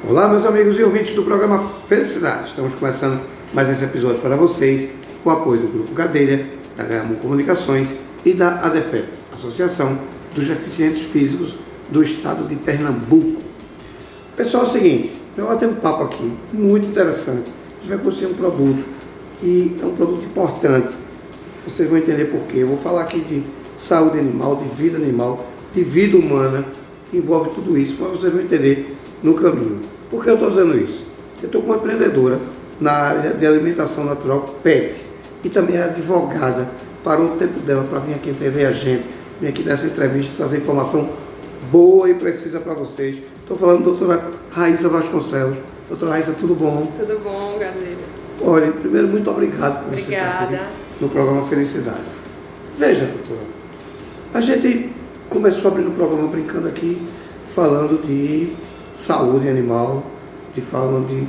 Olá, meus amigos e ouvintes do programa Felicidade. Estamos começando mais esse episódio para vocês, com o apoio do Grupo Gadelha, da Gaiamon Comunicações e da ADEFEP, Associação dos Deficientes Físicos do Estado de Pernambuco. Pessoal, é o seguinte, eu vou ter um papo aqui muito interessante. A gente vai conhecer um produto que é um produto importante. Vocês vão entender por quê. Eu vou falar aqui de saúde animal, de vida humana, que envolve tudo isso, mas vocês vão entender no caminho. Por que eu estou dizendo isso? Eu estou com uma empreendedora na área de alimentação natural PET e também é advogada. Parou o tempo dela para vir aqui entender a gente, vir aqui nessa entrevista, trazer informação boa e precisa para vocês. Estou falando da doutora Raíssa Vasconcelos. Doutora Raíssa, tudo bom? Tudo bom, Gadelha. Olha, primeiro, muito obrigado por você estar aqui no programa Felicidade. Veja, doutora, a gente começou abrindo o programa brincando aqui, falando de saúde animal, falando de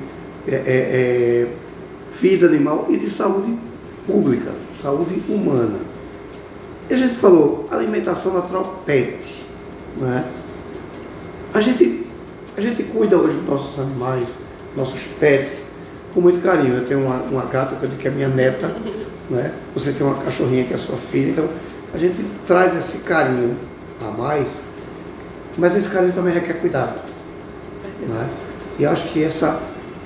vida animal e de saúde pública, saúde humana. E a gente falou alimentação natural PET, não é? A gente cuida hoje dos nossos animais, nossos pets, com muito carinho. Eu tenho uma gata que eu digo que é minha neta, né? Você tem uma cachorrinha que é sua filha, então a gente traz esse carinho a mais, mas esse carinho também requer cuidado. Com certeza. Né? E acho que essa,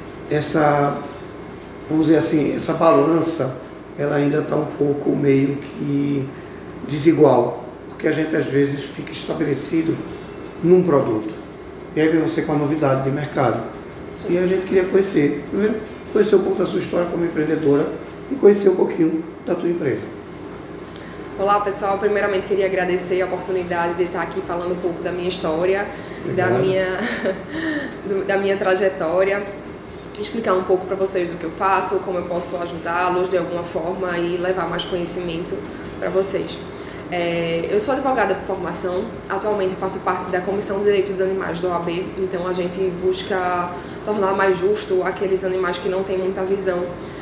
vamos dizer assim, essa balança, ela ainda está um pouco meio que desigual, porque a gente às vezes fica estabelecido num produto. E aí vem você com a novidade de mercado. Sim. E a gente queria conhecer um pouco da sua história como empreendedora e conhecer um pouquinho da tua empresa. Olá, pessoal. Primeiramente, queria agradecer a oportunidade de estar aqui falando um pouco da minha história, da minha trajetória, explicar um pouco para vocês do que eu faço, como eu posso ajudá-los de alguma forma e levar mais conhecimento para vocês. Eu sou advogada por formação, atualmente eu faço parte da Comissão de Direitos dos Animais da OAB, então a gente busca tornar mais justo aqueles animais que não têm muita visão,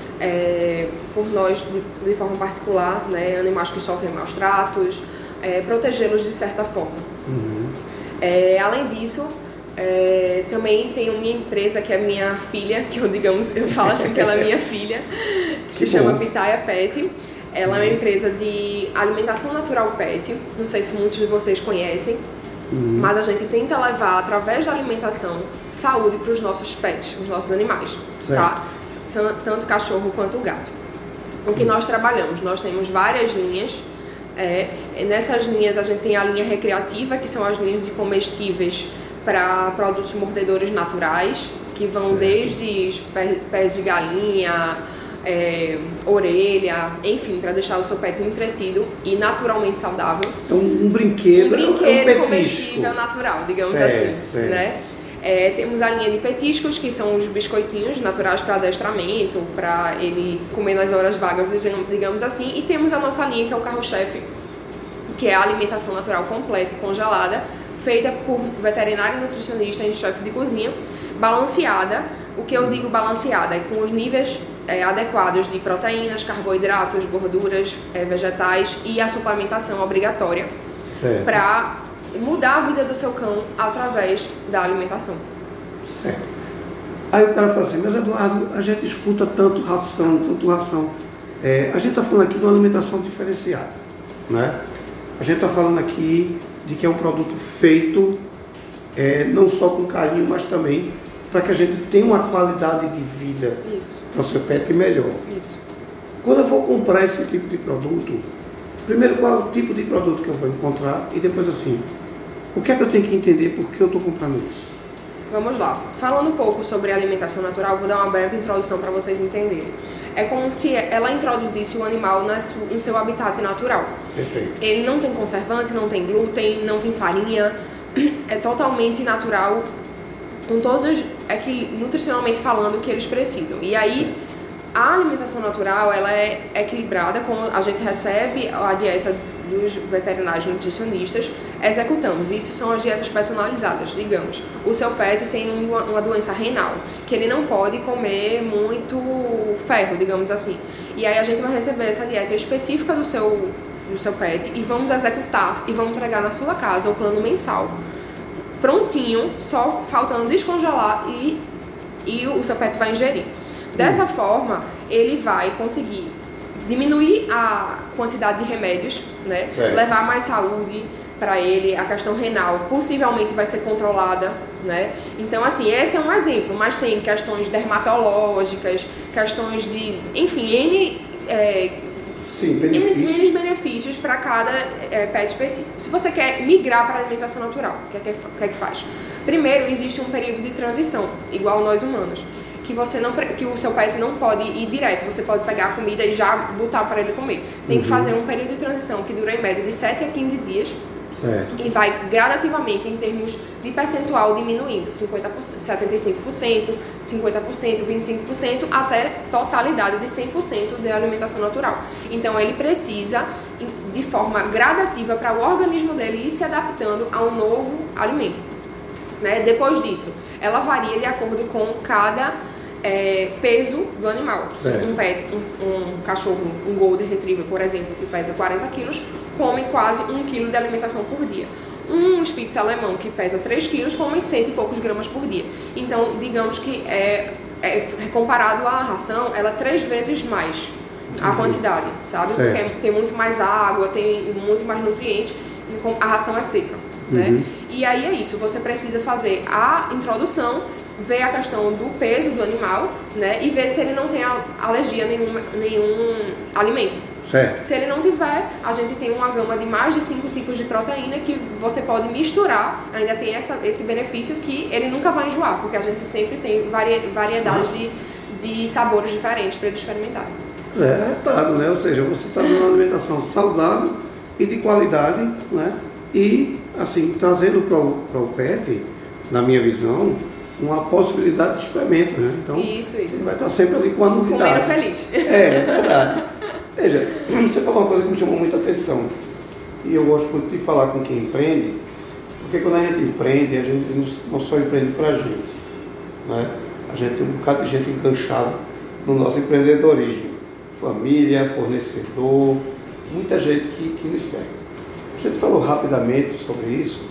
por nós de forma particular, né, animais que sofrem maus tratos, protegê-los de certa forma. Uhum. Além disso, também tenho minha empresa, que é minha filha, que eu falo assim que ela é minha filha, que se chama Pitaya Pet. Ela é uma empresa de alimentação natural pet, não sei se muitos de vocês conhecem, mas a gente tenta levar, através da alimentação, saúde para os nossos pets, os nossos animais, tá? Tanto cachorro quanto gato. O que nós trabalhamos? Nós temos várias linhas. Nessas linhas a gente tem a linha recreativa, que são as linhas de comestíveis para produtos mordedores naturais, que vão desde pés de galinha, orelha, enfim, para deixar o seu pet entretido e naturalmente saudável. Então, um brinquedo comestível natural, digamos assim, né? Temos a linha de petiscos, que são os biscoitinhos naturais para adestramento, para ele comer nas horas vagas, digamos assim. E temos a nossa linha, que é o carro-chefe, que é a alimentação natural completa e congelada, feita por veterinário nutricionista e chefe de cozinha, balanceada. O que eu digo balanceada é com os níveis adequados de proteínas, carboidratos, gorduras, vegetais e a suplementação obrigatória para mudar a vida do seu cão através da alimentação. Certo. Aí o cara fala assim, mas Eduardo, a gente escuta tanto ração. A gente está falando aqui de uma alimentação diferenciada, né? A gente está falando aqui de que é um produto feito não só com carinho, mas também para que a gente tenha uma qualidade de vida para o seu pet melhor. Isso. Quando eu vou comprar esse tipo de produto, primeiro qual é o tipo de produto que eu vou encontrar e depois assim, o que é que eu tenho que entender por que eu estou comprando isso? Vamos lá. Falando um pouco sobre alimentação natural, vou dar uma breve introdução para vocês entenderem. É como se ela introduzisse o animal no seu habitat natural. Perfeito. Ele não tem conservante, não tem glúten, não tem farinha, é totalmente natural, com todos nutricionalmente falando, o que eles precisam. E aí, a alimentação natural, ela é equilibrada, como a gente recebe a dieta dos veterinários nutricionistas, executamos. Isso são as dietas personalizadas, digamos. O seu pet tem uma doença renal, que ele não pode comer muito ferro, digamos assim. E aí a gente vai receber essa dieta específica do seu pet e vamos executar e vamos entregar na sua casa o plano mensal. prontinho, só faltando descongelar e o seu pet vai ingerir. Dessa forma, ele vai conseguir diminuir a quantidade de remédios, né? Levar mais saúde para ele, a questão renal possivelmente vai ser controlada, né? Então, assim, esse é um exemplo, mas tem questões dermatológicas, questões de, enfim, N benefícios para cada pet específico. Se você quer migrar para a alimentação natural, o que é que faz? Primeiro, existe um período de transição, igual nós humanos, que o seu pet não pode ir direto, você pode pegar a comida e já botar para ele comer. Tem que fazer um período de transição que dura em média de 7 a 15 dias. Certo. E vai gradativamente em termos de percentual diminuindo, 50%, 75%, 50%, 25%, até totalidade de 100% de alimentação natural. Então ele precisa, de forma gradativa, para o organismo dele ir se adaptando a um novo alimento, né? Depois disso, ela varia de acordo com cada peso do animal. Certo. Um cachorro, um Golden Retriever, por exemplo, que pesa 40 quilos, come quase 1 quilo de alimentação por dia. Um Spitz alemão, que pesa 3 quilos, come 100 e poucos gramas por dia. Então, digamos que comparado à ração, ela é 3 vezes mais a quantidade, sabe? Certo. Porque tem muito mais água, tem muito mais nutrientes, e a ração é seca, né? E aí é isso, você precisa fazer a introdução, ver a questão do peso do animal, né? E ver se ele não tem alergia a nenhum alimento. Certo. Se ele não tiver, a gente tem uma gama de mais de 5 tipos de proteína que você pode misturar, ainda tem esse benefício que ele nunca vai enjoar, porque a gente sempre tem variedades de sabores diferentes para ele experimentar. Retado, né? Ou seja, você está dando uma alimentação saudável e de qualidade, né? E, assim, trazendo para o pet, na minha visão, uma possibilidade de experimento, né? Então, isso. Você vai estar sempre ali com a novidade. Comendo feliz. É verdade. Veja, você falou uma coisa que me chamou muita atenção. E eu gosto muito de falar com quem empreende, porque quando a gente empreende, a gente não só empreende para a gente, né? A gente tem um bocado de gente enganchada no nosso empreendedorismo. Família, fornecedor, muita gente que nos segue. A gente falou rapidamente sobre isso.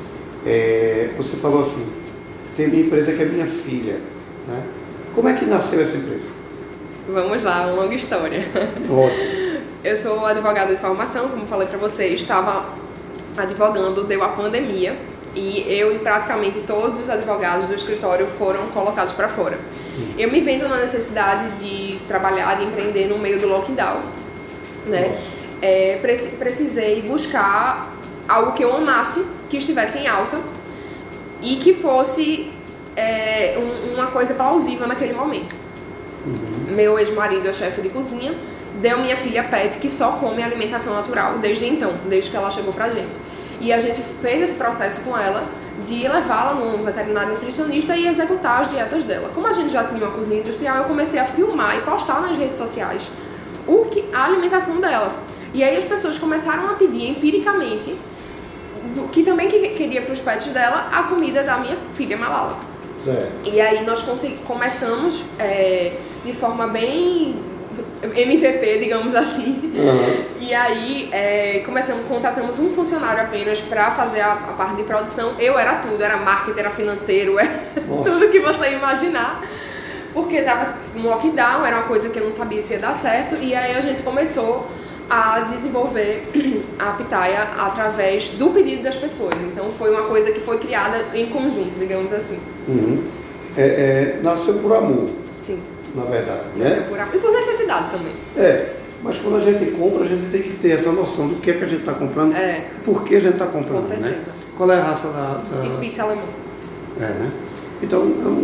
Você falou assim, tem minha empresa que é minha filha, né? Como é que nasceu essa empresa? Vamos lá, uma longa história. Ótimo. Eu sou advogada de formação, como falei para vocês, estava advogando, deu a pandemia e eu e praticamente todos os advogados do escritório foram colocados para fora. Eu me vendo na necessidade de trabalhar, de empreender no meio do lockdown, né? Precisei buscar algo que eu amasse, que estivesse em alta e que fosse uma coisa plausível naquele momento. Meu ex-marido é chefe de cozinha, deu minha filha Pet, que só come alimentação natural desde então, desde que ela chegou pra gente. E a gente fez esse processo com ela de levá-la num veterinário nutricionista e executar as dietas dela. Como a gente já tinha uma cozinha industrial, eu comecei a filmar e postar nas redes sociais a alimentação dela. E aí as pessoas começaram a pedir empiricamente, que também queria para os pets dela, a comida da minha filha Malala. Certo. E aí nós começamos de forma bem MVP, digamos assim. E aí contratamos um funcionário apenas para fazer a parte de produção. Eu era tudo, era marketing, era financeiro, tudo que você imaginar. Porque estava no lockdown, era uma coisa que eu não sabia se ia dar certo. E aí a gente começou a desenvolver a Pitaia através do pedido das pessoas. Então foi uma coisa que foi criada em conjunto, digamos assim. Nasceu por amor. Sim. Na verdade, Nasceu né? por amor. E por necessidade também. Mas quando a gente compra, a gente tem que ter essa noção do que é que a gente está comprando, por que a gente está comprando, com certeza. Né? Qual é a raça da... Spitz alemão. Né? Então,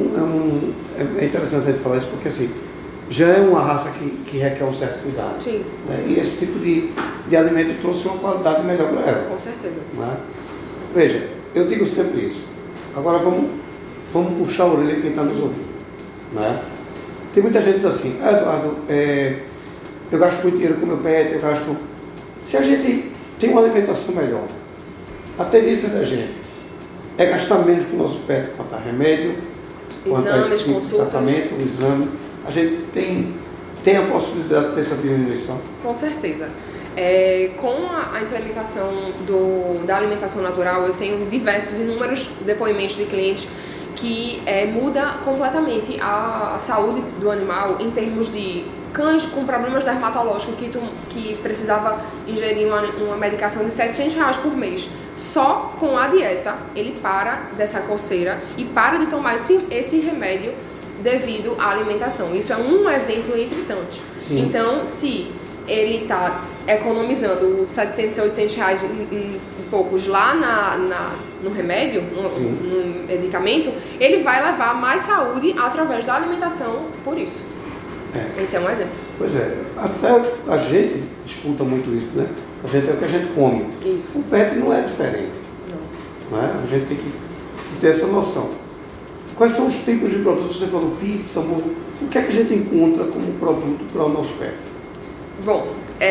é interessante a gente falar isso, porque assim, já é uma raça que requer um certo cuidado. Sim. Né? E esse tipo de alimento trouxe uma qualidade melhor para ela. Com certeza. Né? Veja, eu digo sempre isso. Agora vamos puxar a orelha de quem está nos ouvindo. Né? Tem muita gente que diz assim, Eduardo, eu gasto muito dinheiro com meu pet, Se a gente tem uma alimentação melhor, a tendência da gente é gastar menos com o nosso pet quanto a remédio, quanto a esse tipo de tratamento, exame. A gente tem a possibilidade de ter essa diminuição? Com certeza. Com a implementação da alimentação natural, eu tenho diversos, inúmeros depoimentos de clientes que muda completamente a saúde do animal em termos de cães com problemas dermatológicos que precisava ingerir uma medicação de R$700 por mês. Só com a dieta ele para dessa coceira e para de tomar esse remédio devido à alimentação. Isso é um exemplo entre tantos. Sim. Então, se ele está economizando R$700, R$800 em poucos lá no remédio, no medicamento, ele vai levar mais saúde através da alimentação por isso. Esse é um exemplo. Pois é, até a gente disputa muito isso, né? A gente é o que a gente come. Isso. O pet não é diferente. Não é? A gente tem que ter essa noção. Quais são os tipos de produtos? Você falou pizza, hambúrguer. O que é que a gente encontra como produto para o nosso pet? Bom,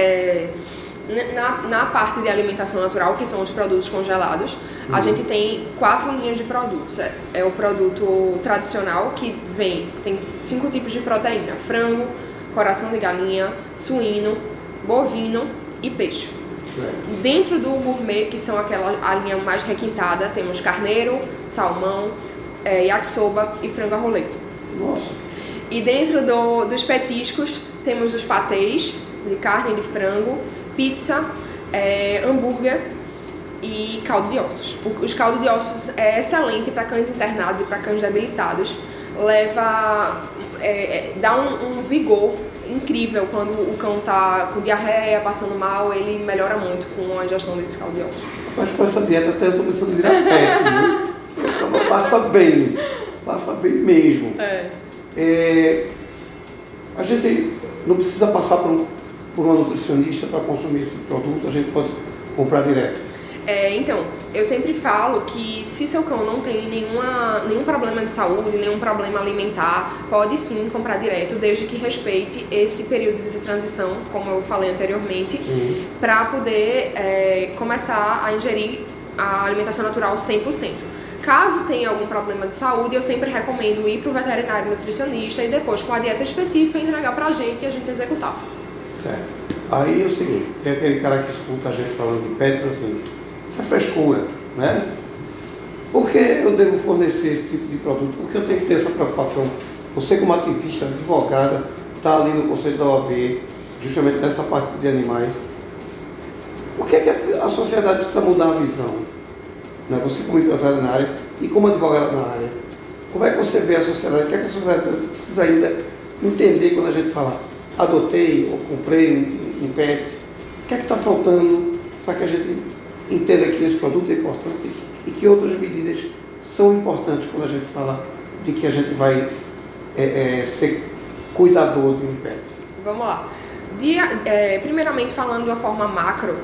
na parte de alimentação natural, que são os produtos congelados, a gente tem 4 linhas de produtos. É o produto tradicional, que tem 5 tipos de proteína: frango, coração de galinha, suíno, bovino e peixe. Dentro do gourmet, que são a linha mais requintada, temos carneiro, salmão, yakisoba e frango a rolê. Nossa! E dentro dos petiscos, temos os patês de carne e de frango, pizza, hambúrguer e caldo de ossos. Os caldos de ossos é excelente para cães internados e para cães debilitados. Dá um vigor incrível quando o cão está com diarreia, passando mal, ele melhora muito com a ingestão desse caldo de ossos. Mas com essa dieta até eu estou pensando em virar pet, né? Então, passa bem mesmo. A gente não precisa passar por uma nutricionista para consumir esse produto, a gente pode comprar direto. Então, eu sempre falo que se seu cão não tem nenhum problema de saúde, nenhum problema alimentar, pode sim comprar direto, desde que respeite esse período de transição, como eu falei anteriormente, para poder começar a ingerir a alimentação natural 100%. Caso tenha algum problema de saúde, eu sempre recomendo ir para o veterinário nutricionista e depois, com a dieta específica, entregar para a gente e a gente executar. Certo. Aí é o seguinte, tem aquele cara que escuta a gente falando de pets assim, isso é frescura, né? Por que eu devo fornecer esse tipo de produto? Por que eu tenho que ter essa preocupação? Você, como ativista, advogada, está ali no Conselho da OAB, justamente nessa parte de animais. Por que a sociedade precisa mudar a visão? Né? Você, como empresário na área e como advogada na área, como é que você vê a sociedade? O que é que a sociedade precisa ainda entender quando a gente fala adotei ou comprei um pet? O que é que está faltando para que a gente entenda que esse produto é importante e que outras medidas são importantes quando a gente fala de que a gente vai ser cuidador de um pet? Vamos lá. Primeiramente, falando de uma forma macro,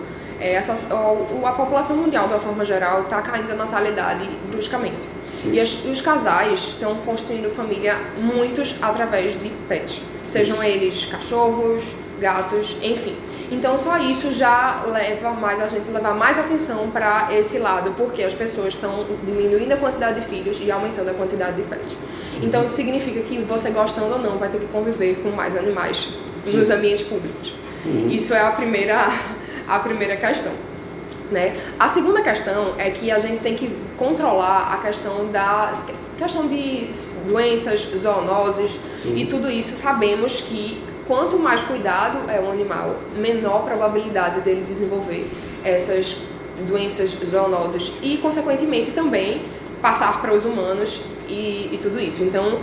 a população mundial, de uma forma geral, está caindo a natalidade bruscamente. E os casais estão construindo família, muitos através de pets, sejam eles cachorros, gatos, enfim. Então só isso já leva a gente a levar mais atenção para esse lado, porque as pessoas estão diminuindo a quantidade de filhos e aumentando a quantidade de pets. Então isso significa que você, gostando ou não, vai ter que conviver com mais animais nos ambientes públicos. Isso é a primeira questão. Né? A segunda questão é que a gente tem que controlar a questão de doenças, zoonoses e tudo isso. Sabemos que quanto mais cuidado é o animal, menor probabilidade dele desenvolver essas doenças, zoonoses e, consequentemente, também passar para os humanos e tudo isso. Então,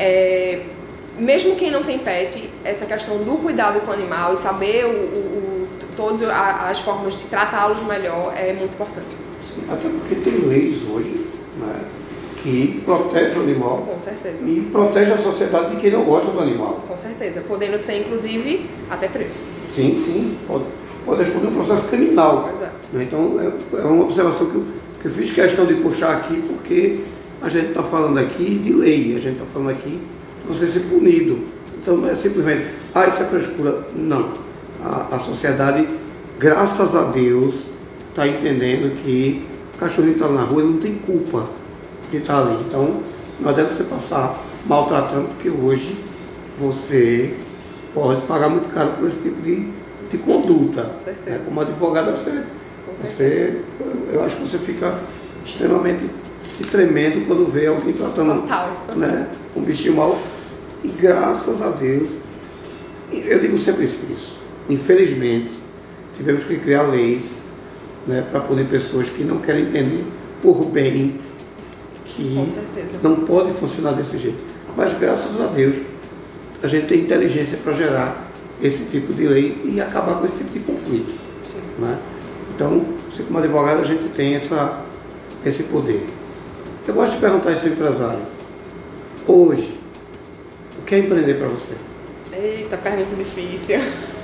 mesmo quem não tem pet, essa questão do cuidado com o animal e saber todas as formas de tratá-los melhor é muito importante. Sim, até porque tem leis hoje, né, que protegem o animal. Com certeza. E protege a sociedade de quem não gosta do animal. Com certeza, podendo ser, inclusive, até preso. Sim, pode responder um processo criminal. Pois é. Então, é uma observação que eu fiz questão de puxar aqui, porque a gente está falando aqui de lei, a gente está falando aqui de você ser punido. Então, não é simplesmente, isso é frescura. Não. A sociedade, graças a Deus, está entendendo que o cachorrinho está na rua, ele não tem culpa de estar ali. Então, não deve você passar maltratando, porque hoje você pode pagar muito caro por esse tipo de de conduta. Com certeza. Né? Como advogada, eu acho que você fica extremamente se tremendo quando vê alguém tratando né, um bichinho mal. E graças a Deus, eu digo sempre isso, infelizmente, tivemos que criar leis, né, para poder pessoas que não querem entender por bem que não pode funcionar desse jeito. Mas graças a Deus, a gente tem inteligência para gerar esse tipo de lei e acabar com esse tipo de conflito. Né? Então, você como advogado, a gente tem esse poder. Eu gosto de perguntar isso ao empresário. Hoje, o que é empreender para você? Eita, pergunta difícil.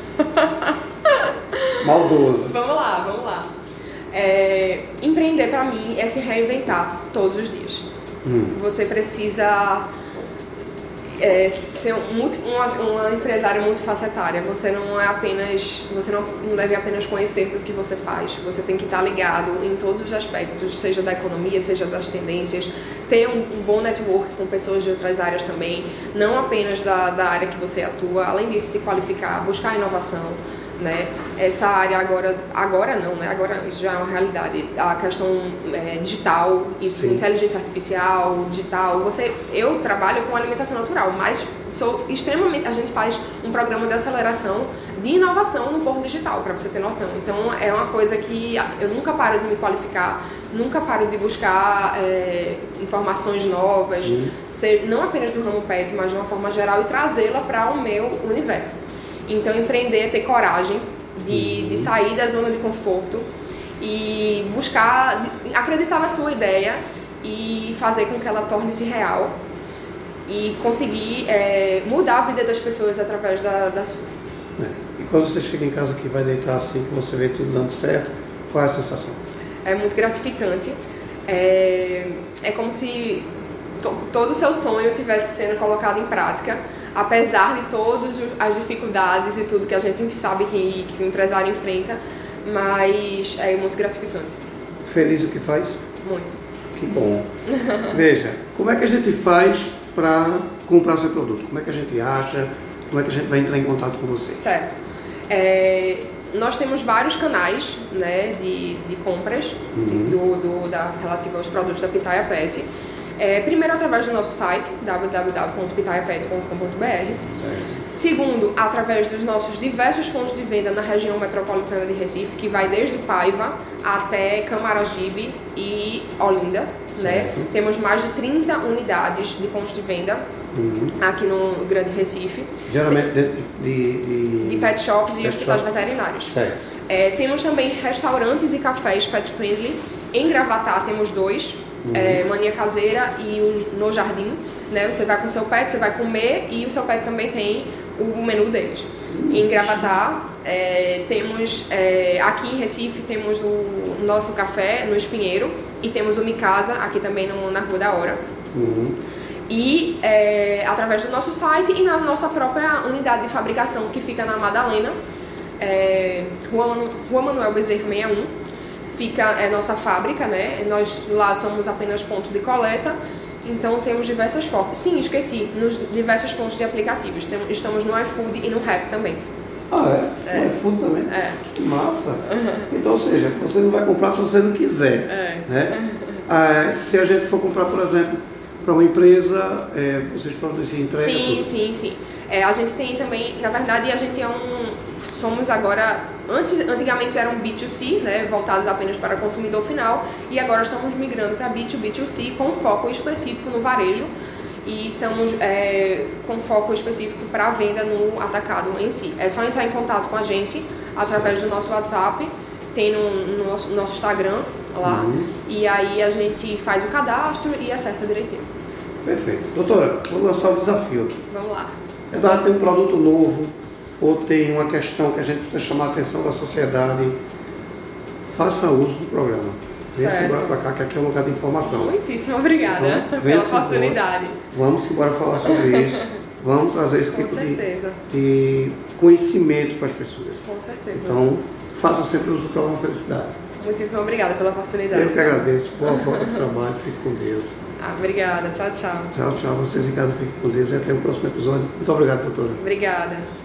Maldoso. Vamos lá. Empreender para mim é se reinventar todos os dias. Você precisa ser uma empresária multifacetária. Você não deve apenas conhecer do que você faz. Você tem que estar ligado em todos os aspectos, seja da economia, seja das tendências. Ter um bom network com pessoas de outras áreas também, não apenas da área que você atua. Além disso, se qualificar, buscar inovação. Né? Essa área agora não, né? Agora isso já é uma realidade. A questão digital, isso, inteligência artificial, digital. Eu trabalho com alimentação natural, mas a gente faz um programa de aceleração de inovação no Porto Digital, para você ter noção. Então é uma coisa que eu nunca paro de me qualificar, nunca paro de buscar informações novas, não apenas do ramo pet, mas de uma forma geral, e trazê-la para o meu universo. Então, empreender é ter coragem de sair da zona de conforto e buscar, acreditar na sua ideia e fazer com que ela torne-se real e conseguir mudar a vida das pessoas através da sua. E quando você chega em casa que vai deitar assim, que você vê tudo dando certo, qual é a sensação? É muito gratificante. É como se todo o seu sonho estivesse sendo colocado em prática, apesar de todas as dificuldades e tudo que a gente sabe que o empresário enfrenta, mas é muito gratificante. Feliz o que faz? Muito. Que bom. Veja, como é que a gente faz para comprar seu produto? Como é que a gente acha? Como é que a gente vai entrar em contato com você? Certo. Nós temos vários canais, né, de compras relativo aos produtos da Pitaia Pet. Primeiro, através do nosso site, www.pitaiapet.com.br. Segundo, através dos nossos diversos pontos de venda na região metropolitana de Recife, que vai desde Paiva até Camaragibe e Olinda. Né? Temos mais de 30 unidades de pontos de venda aqui no Grande Recife. Geralmente dentro de pet shops e hospitais veterinários. Temos também restaurantes e cafés pet friendly. Em Gravatá temos 2. Mania Caseira e o No Jardim, né? Você vai com o seu pet, você vai comer e o seu pet também tem o menu deles. Em Gravatá, temos aqui em Recife temos o nosso café no Espinheiro e temos o Micasa aqui também na Rua da Hora. E através do nosso site e na nossa própria unidade de fabricação que fica na Madalena, Rua Manuel Bezerra 61. Fica nossa fábrica, né? Nós lá somos apenas ponto de coleta, então temos diversas formas. Sim, esqueci, nos diversos pontos de aplicativos. Estamos no iFood e no Rap também. No iFood também? Que massa! Então, ou seja, você não vai comprar se você não quiser. Né? Se a gente for comprar, por exemplo, para uma empresa, vocês produzem entrega? Sim. A gente tem também, na verdade, a gente somos agora, antigamente eram B2C, né, voltados apenas para consumidor final, e agora estamos migrando para B2B2C com foco específico no varejo e estamos com foco específico para a venda no atacado em si. É só entrar em contato com a gente através do nosso WhatsApp, tem no nosso Instagram lá, e aí a gente faz o cadastro e acerta direitinho. Perfeito. Doutora, vou lançar o desafio aqui. Vamos lá. Eduardo, tem um produto novo, ou tem uma questão que a gente precisa chamar a atenção da sociedade, faça uso do programa. Venha-se embora para cá, que aqui é um lugar de informação. Muitíssimo obrigada pela oportunidade. Vamos embora falar sobre isso. Vamos trazer esse tipo de conhecimento para as pessoas. Com certeza. Então, faça sempre uso do programa Felicidade. Muitíssimo obrigada pela oportunidade. Eu que agradeço. Boa volta do trabalho. Fique com Deus. Obrigada. Tchau. Tchau. Vocês em casa fiquem com Deus e até o próximo episódio. Muito obrigado, doutora. Obrigada.